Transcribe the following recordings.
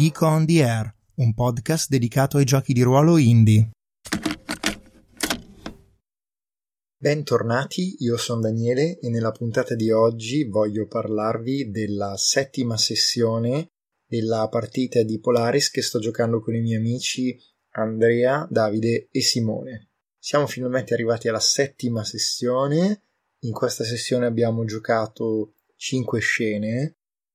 Geek on the Air, un podcast dedicato ai giochi di ruolo indie. Bentornati, io sono Daniele e nella puntata di oggi voglio parlarvi della 7ª sessione della partita di Polaris che sto giocando con i miei amici Andrea, Davide e Simone. Siamo finalmente arrivati alla 7ª sessione. In questa sessione abbiamo giocato 5 scene.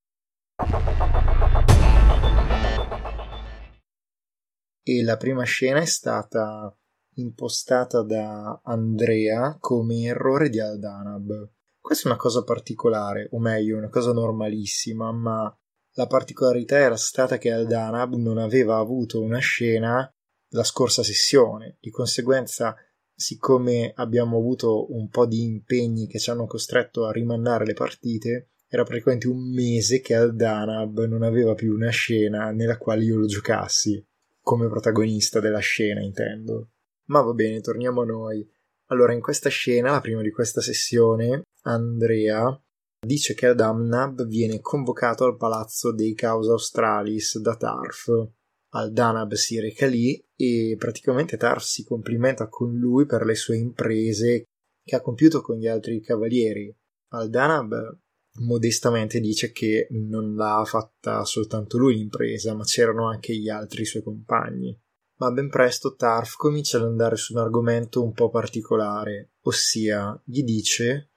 E la prima scena è stata impostata da Andrea come errore di Aldanab. Questa è una cosa particolare, o meglio, una cosa normalissima, ma la particolarità era stata che Aldanab non aveva avuto una scena la scorsa sessione. Di conseguenza, siccome abbiamo avuto un po' di impegni che ci hanno costretto a rimandare le partite, era praticamente un mese che Aldanab non aveva più una scena nella quale io lo giocassi, come protagonista della scena, intendo. Ma va bene, torniamo a noi. Allora, in questa scena, la prima di questa sessione, Andrea dice che Aldanab viene convocato al palazzo dei Causa Australis da Tarf. Aldanab si reca lì e praticamente Tarf si complimenta con lui per le sue imprese che ha compiuto con gli altri cavalieri. Aldanab modestamente dice che non l'ha fatta soltanto lui l'impresa, ma c'erano anche gli altri suoi compagni. Ma ben presto Tarf comincia ad andare su un argomento un po' particolare, ossia gli dice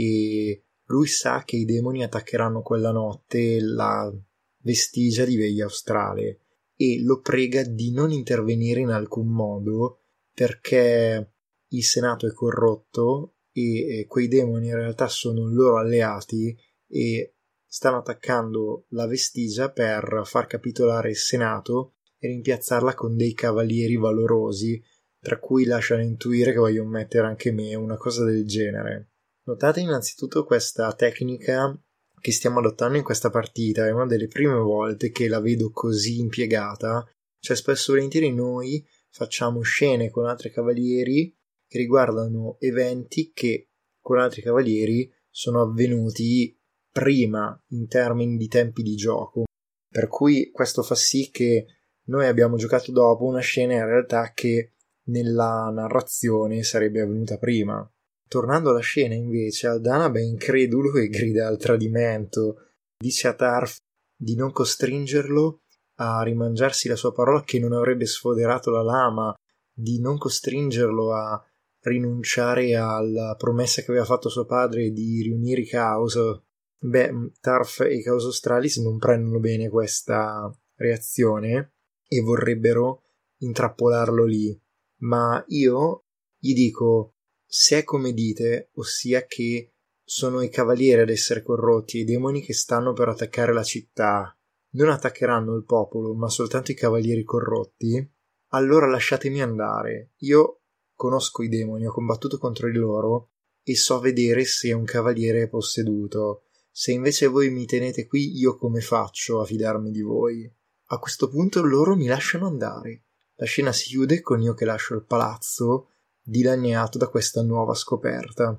che lui sa che i demoni attaccheranno quella notte la vestigia di Veglia Australe e lo prega di non intervenire in alcun modo perché il Senato è corrotto e quei demoni in realtà sono loro alleati e stanno attaccando la vestigia per far capitolare il Senato e rimpiazzarla con dei cavalieri valorosi, tra cui lasciano intuire che vogliono mettere anche me, una cosa del genere. Notate innanzitutto questa tecnica che stiamo adottando in questa partita, è una delle prime volte che la vedo così impiegata, cioè spesso e volentieri noi facciamo scene con altri cavalieri che riguardano eventi che con altri cavalieri sono avvenuti prima in termini di tempi di gioco, per cui questo fa sì che noi abbiamo giocato dopo una scena in realtà che nella narrazione sarebbe avvenuta prima. Tornando alla scena invece, Aldanab è incredulo e grida al tradimento, dice a Tarf di non costringerlo a rimangiarsi la sua parola che non avrebbe sfoderato la lama, di non costringerlo a rinunciare alla promessa che aveva fatto suo padre di riunire i Caos. Tarf e i Caos Australis non prendono bene questa reazione e vorrebbero intrappolarlo lì, ma io gli dico: se è come dite, ossia che sono i cavalieri ad essere corrotti e i demoni che stanno per attaccare la città non attaccheranno il popolo ma soltanto i cavalieri corrotti, allora lasciatemi andare. Io conosco i demoni, ho combattuto contro di loro e so vedere se un cavaliere è posseduto. Se invece voi mi tenete qui, io come faccio a fidarmi di voi? A questo punto loro mi lasciano andare. La scena si chiude con io che lascio il palazzo, dilaniato da questa nuova scoperta.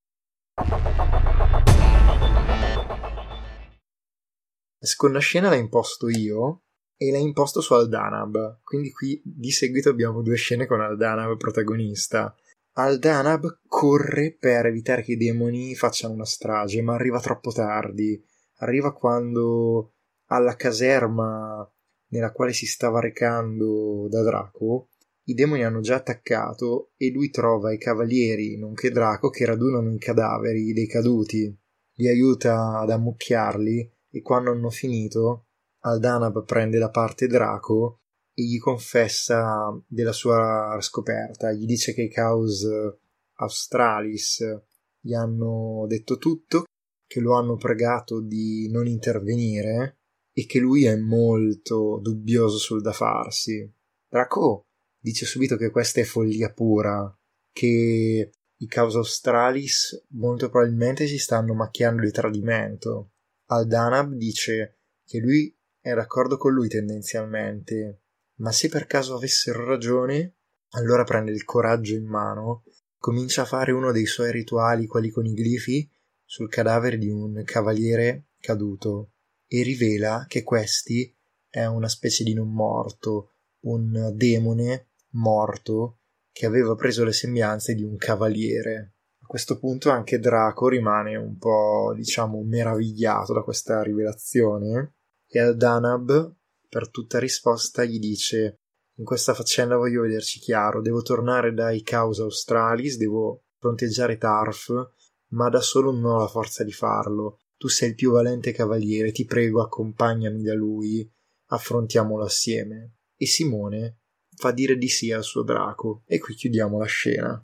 La seconda scena l'ha imposto io e l'ha imposto su Aldanab, quindi qui di seguito abbiamo 2 scene con Aldanab protagonista. Aldanab corre per evitare che i demoni facciano una strage, ma arriva troppo tardi. Arriva quando alla caserma nella quale si stava recando da Draco i demoni hanno già attaccato e lui trova i cavalieri nonché Draco che radunano i cadaveri dei caduti, li aiuta ad ammucchiarli e quando hanno finito Aldanab prende da parte Draco e gli confessa della sua scoperta, gli dice che i Caos Australis gli hanno detto tutto, che lo hanno pregato di non intervenire e che lui è molto dubbioso sul da farsi. Draco dice subito che questa è follia pura, che i Caos Australis molto probabilmente si stanno macchiando di tradimento. Aldanab dice che lui è d'accordo con lui tendenzialmente, ma se per caso avessero ragione, allora prende il coraggio in mano, comincia a fare uno dei suoi rituali, quelli con i glifi, sul cadavere di un cavaliere caduto e rivela che questi è una specie di non morto, un demone morto che aveva preso le sembianze di un cavaliere. A questo punto anche Draco rimane un po', meravigliato da questa rivelazione, e Eldanab, per tutta risposta, gli dice: in questa faccenda voglio vederci chiaro, devo tornare dai Causa Australis, devo fronteggiare Tarf, ma da solo non ho la forza di farlo. Tu sei il più valente cavaliere, ti prego, accompagnami da lui, affrontiamolo assieme. E Simone fa dire di sì al suo Draco, e qui chiudiamo la scena.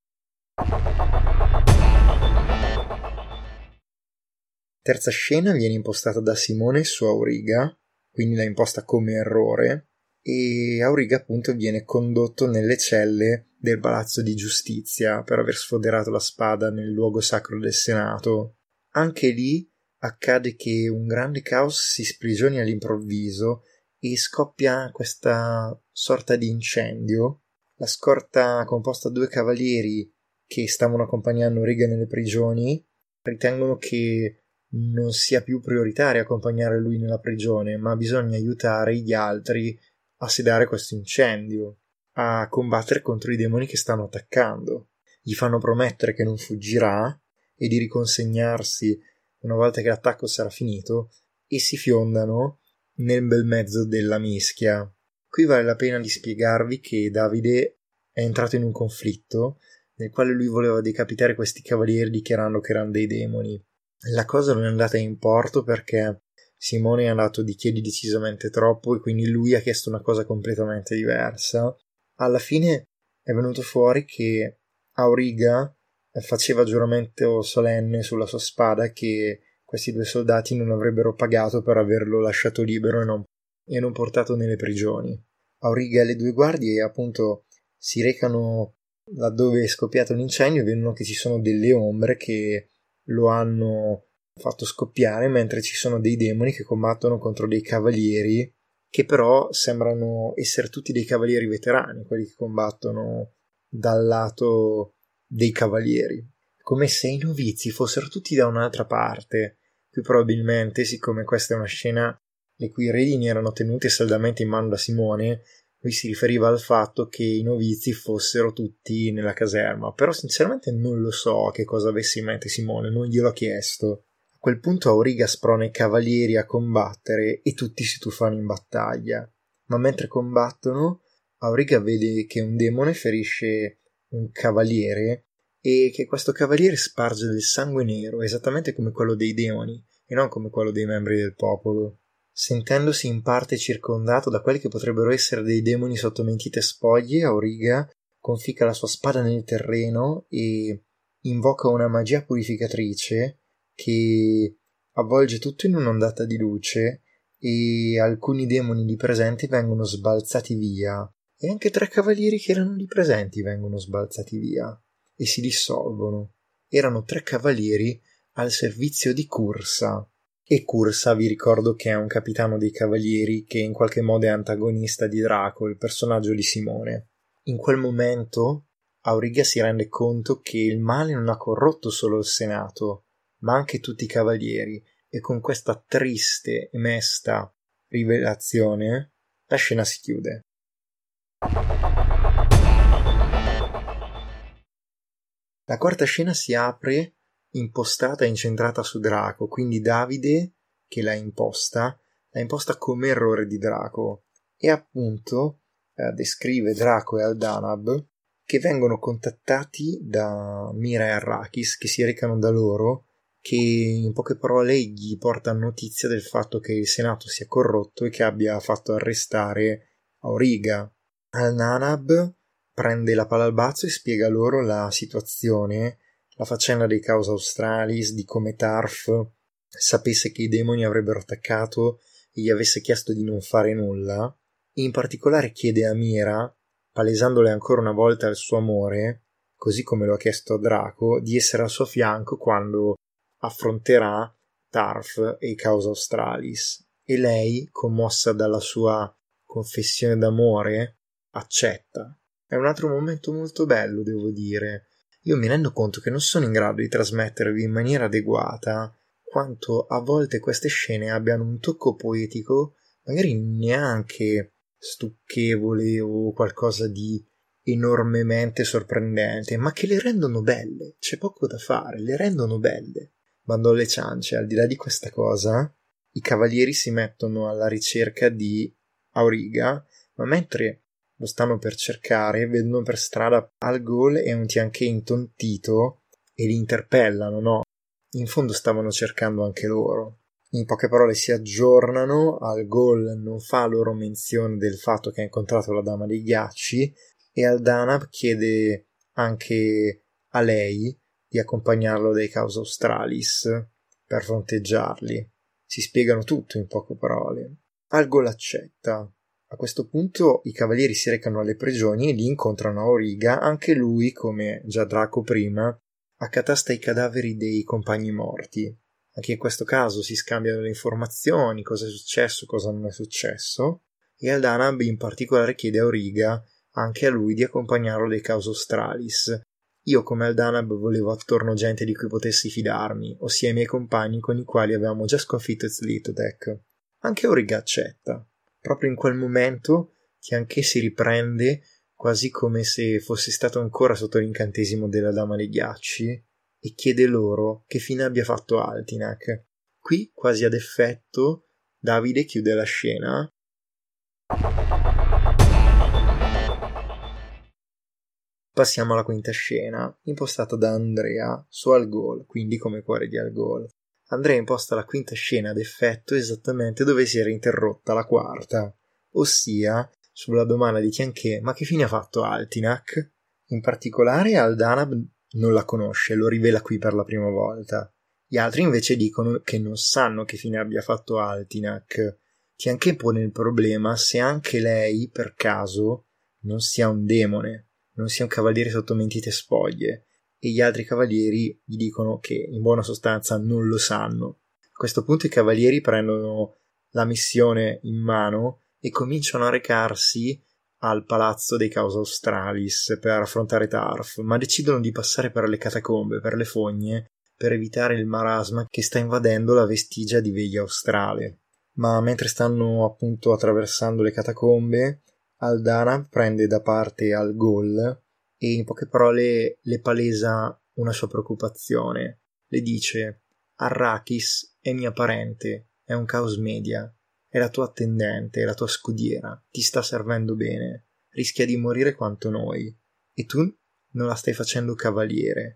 Terza scena viene impostata da Simone su Auriga, quindi la imposta come errore, e Auriga appunto viene condotto nelle celle del Palazzo di Giustizia per aver sfoderato la spada nel luogo sacro del Senato. Anche lì accade che un grande caos si sprigioni all'improvviso e scoppia questa sorta di incendio. La scorta, composta da 2 cavalieri che stavano accompagnando Auriga nelle prigioni, ritengono che non sia più prioritario accompagnare lui nella prigione, ma bisogna aiutare gli altri a sedare questo incendio, a combattere contro i demoni che stanno attaccando. Gli fanno promettere che non fuggirà e di riconsegnarsi una volta che l'attacco sarà finito, e si fiondano nel bel mezzo della mischia. Qui vale la pena di spiegarvi che Davide è entrato in un conflitto nel quale lui voleva decapitare questi cavalieri dichiarando che erano dei demoni. La cosa non è andata in porto perché Simone è andato di chiedi decisamente troppo e quindi lui ha chiesto una cosa completamente diversa. Alla fine è venuto fuori che Auriga faceva giuramento solenne sulla sua spada che questi 2 soldati non avrebbero pagato per averlo lasciato libero e non portato nelle prigioni. Auriga e le 2 guardie appunto si recano laddove è scoppiato l'incendio e vedono che ci sono delle ombre che lo hanno fatto scoppiare, mentre ci sono dei demoni che combattono contro dei cavalieri che però sembrano essere tutti dei cavalieri veterani, quelli che combattono dal lato dei cavalieri, come se i novizi fossero tutti da un'altra parte. Più probabilmente, siccome questa è una scena le cui redini erano tenute saldamente in mano da Simone, lui si riferiva al fatto che i novizi fossero tutti nella caserma, però sinceramente non lo so che cosa avesse in mente Simone, non gliel'ho chiesto. A quel punto Auriga sprona i cavalieri a combattere e tutti si tuffano in battaglia, ma mentre combattono Auriga vede che un demone ferisce un cavaliere e che questo cavaliere sparge del sangue nero, esattamente come quello dei demoni e non come quello dei membri del popolo. Sentendosi in parte circondato da quelli che potrebbero essere dei demoni sotto mentite spoglie, Auriga conficca la sua spada nel terreno e invoca una magia purificatrice che avvolge tutto in un'ondata di luce e alcuni demoni lì presenti vengono sbalzati via e anche 3 cavalieri che erano lì presenti vengono sbalzati via e si dissolvono. Erano 3 cavalieri al servizio di Cursa. E Cursa vi ricordo che è un capitano dei cavalieri che in qualche modo è antagonista di Draco, il personaggio di Simone. In quel momento Auriga si rende conto che il male non ha corrotto solo il Senato, ma anche tutti i cavalieri, e con questa triste e mesta rivelazione la scena si chiude. La quarta scena si apre impostata e incentrata su Draco, quindi Davide, che l'ha imposta come errore di Draco, e appunto descrive Draco e Eldanab che vengono contattati da Mira e Arrakis, che si recano da loro, che in poche parole gli porta notizia del fatto che il Senato sia corrotto e che abbia fatto arrestare Auriga. Eldanab prende la palla al balzo e spiega loro la situazione, la faccenda dei Causa Australis, di come Tarf sapesse che i demoni avrebbero attaccato e gli avesse chiesto di non fare nulla. In particolare chiede a Mira, palesandole ancora una volta il suo amore, così come lo ha chiesto a Draco, di essere al suo fianco quando affronterà Tarf e i Causa Australis. E lei, commossa dalla sua confessione d'amore, accetta. È un altro momento molto bello, devo dire. Io mi rendo conto che non sono in grado di trasmettervi in maniera adeguata quanto a volte queste scene abbiano un tocco poetico magari neanche stucchevole o qualcosa di enormemente sorprendente, ma che le rendono belle. C'è poco da fare, le rendono belle. Bando alle ciance, al di là di questa cosa, i cavalieri si mettono alla ricerca di Auriga, ma mentre lo stanno per cercare, vedono per strada Algol e un Tianché intontito e li interpellano, no? In fondo stavano cercando anche loro. In poche parole si aggiornano, Algol non fa loro menzione del fatto che ha incontrato la Dama dei Ghiacci e Aldanab chiede anche a lei di accompagnarlo dai Causa Australis per fronteggiarli. Si spiegano tutto in poche parole. Algol accetta. A questo punto i cavalieri si recano alle prigioni e lì incontrano Auriga, anche lui, come già Draco prima, accatasta i cadaveri dei compagni morti. Anche in questo caso si scambiano le informazioni, cosa è successo, cosa non è successo, e Aldanab in particolare chiede a Auriga anche a lui di accompagnarlo dai Causa Australis. Io come Aldanab volevo attorno gente di cui potessi fidarmi, ossia i miei compagni con i quali avevamo già sconfitto Zlitodek. Anche Auriga accetta. Proprio in quel momento Tianché si riprende quasi come se fosse stato ancora sotto l'incantesimo della Dama dei Ghiacci e chiede loro che fine abbia fatto Altinach. Qui, quasi ad effetto, Davide chiude la scena. Passiamo alla quinta scena, impostata da Andrea su Algol, quindi come cuore di Algol. Andrea imposta la quinta scena ad effetto esattamente dove si era interrotta la quarta, ossia sulla domanda di Tianché: ma che fine ha fatto Altinach? In particolare Aldanab non la conosce, lo rivela qui per la prima volta. Gli altri invece dicono che non sanno che fine abbia fatto Altinach. Tianché pone il problema se anche lei, per caso, non sia un demone, non sia un cavaliere sotto mentite spoglie, e gli altri cavalieri gli dicono che in buona sostanza non lo sanno. A questo punto i cavalieri prendono la missione in mano e cominciano a recarsi al palazzo dei Causa Australis per affrontare Tarf, ma decidono di passare per le catacombe, per le fogne, per evitare il marasma che sta invadendo la vestigia di Veglia Australe. Ma mentre stanno appunto attraversando le catacombe, Aldanab prende da parte Algol e in poche parole le palesa una sua preoccupazione. Le dice: Arrakis è mia parente, è un caos media, è la tua attendente, è la tua scudiera, ti sta servendo bene, rischia di morire quanto noi, e tu non la stai facendo cavaliere.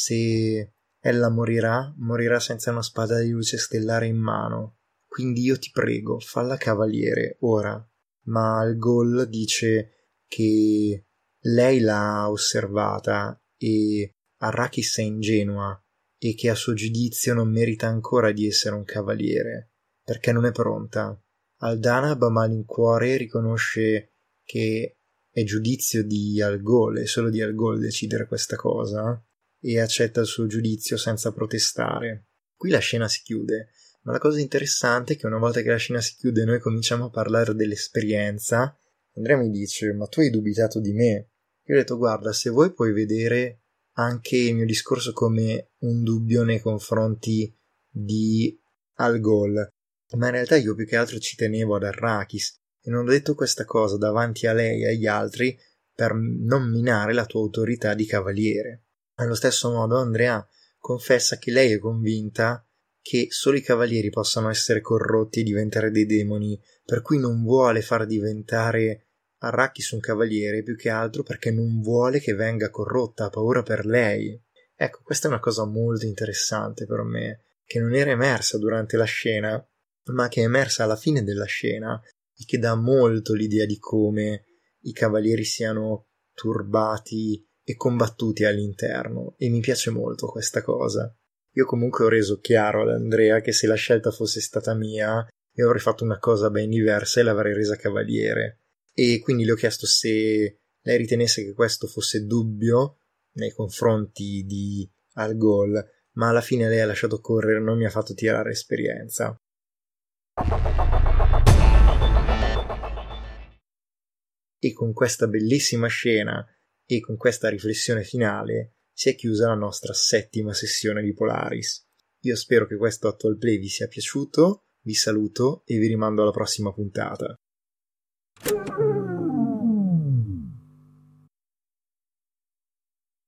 Se ella morirà, morirà senza una spada di luce stellare in mano, quindi io ti prego, falla cavaliere, ora. Ma Algol dice che lei l'ha osservata e Arrakis è ingenua e che a suo giudizio non merita ancora di essere un cavaliere, perché non è pronta. Aldanab a malincuore riconosce che è giudizio di Algol, è solo di Algol decidere questa cosa, e accetta il suo giudizio senza protestare. Qui la scena si chiude, ma la cosa interessante è che una volta che la scena si chiude noi cominciamo a parlare dell'esperienza. Andrea mi dice: ma tu hai dubitato di me? Io ho detto: guarda, se vuoi puoi vedere anche il mio discorso come un dubbio nei confronti di Algol, ma in realtà io più che altro ci tenevo ad Arrakis e non ho detto questa cosa davanti a lei e agli altri per non minare la tua autorità di cavaliere. Allo stesso modo Andrea confessa che lei è convinta che solo i cavalieri possano essere corrotti e diventare dei demoni, per cui non vuole far diventare Arrakis un cavaliere più che altro perché non vuole che venga corrotta, ha paura per lei. Ecco, questa è una cosa molto interessante per me, che non era emersa durante la scena, ma che è emersa alla fine della scena e che dà molto l'idea di come i cavalieri siano turbati e combattuti all'interno, e mi piace molto questa cosa. Io comunque ho reso chiaro ad Andrea che se la scelta fosse stata mia, io avrei fatto una cosa ben diversa e l'avrei resa cavaliere. E quindi le ho chiesto se lei ritenesse che questo fosse dubbio nei confronti di Algol, ma alla fine lei ha lasciato correre, non mi ha fatto tirare esperienza. E con questa bellissima scena e con questa riflessione finale si è chiusa la nostra settima sessione di Polaris. Io spero che questo Actual Play vi sia piaciuto, Vi saluto e vi rimando alla prossima puntata.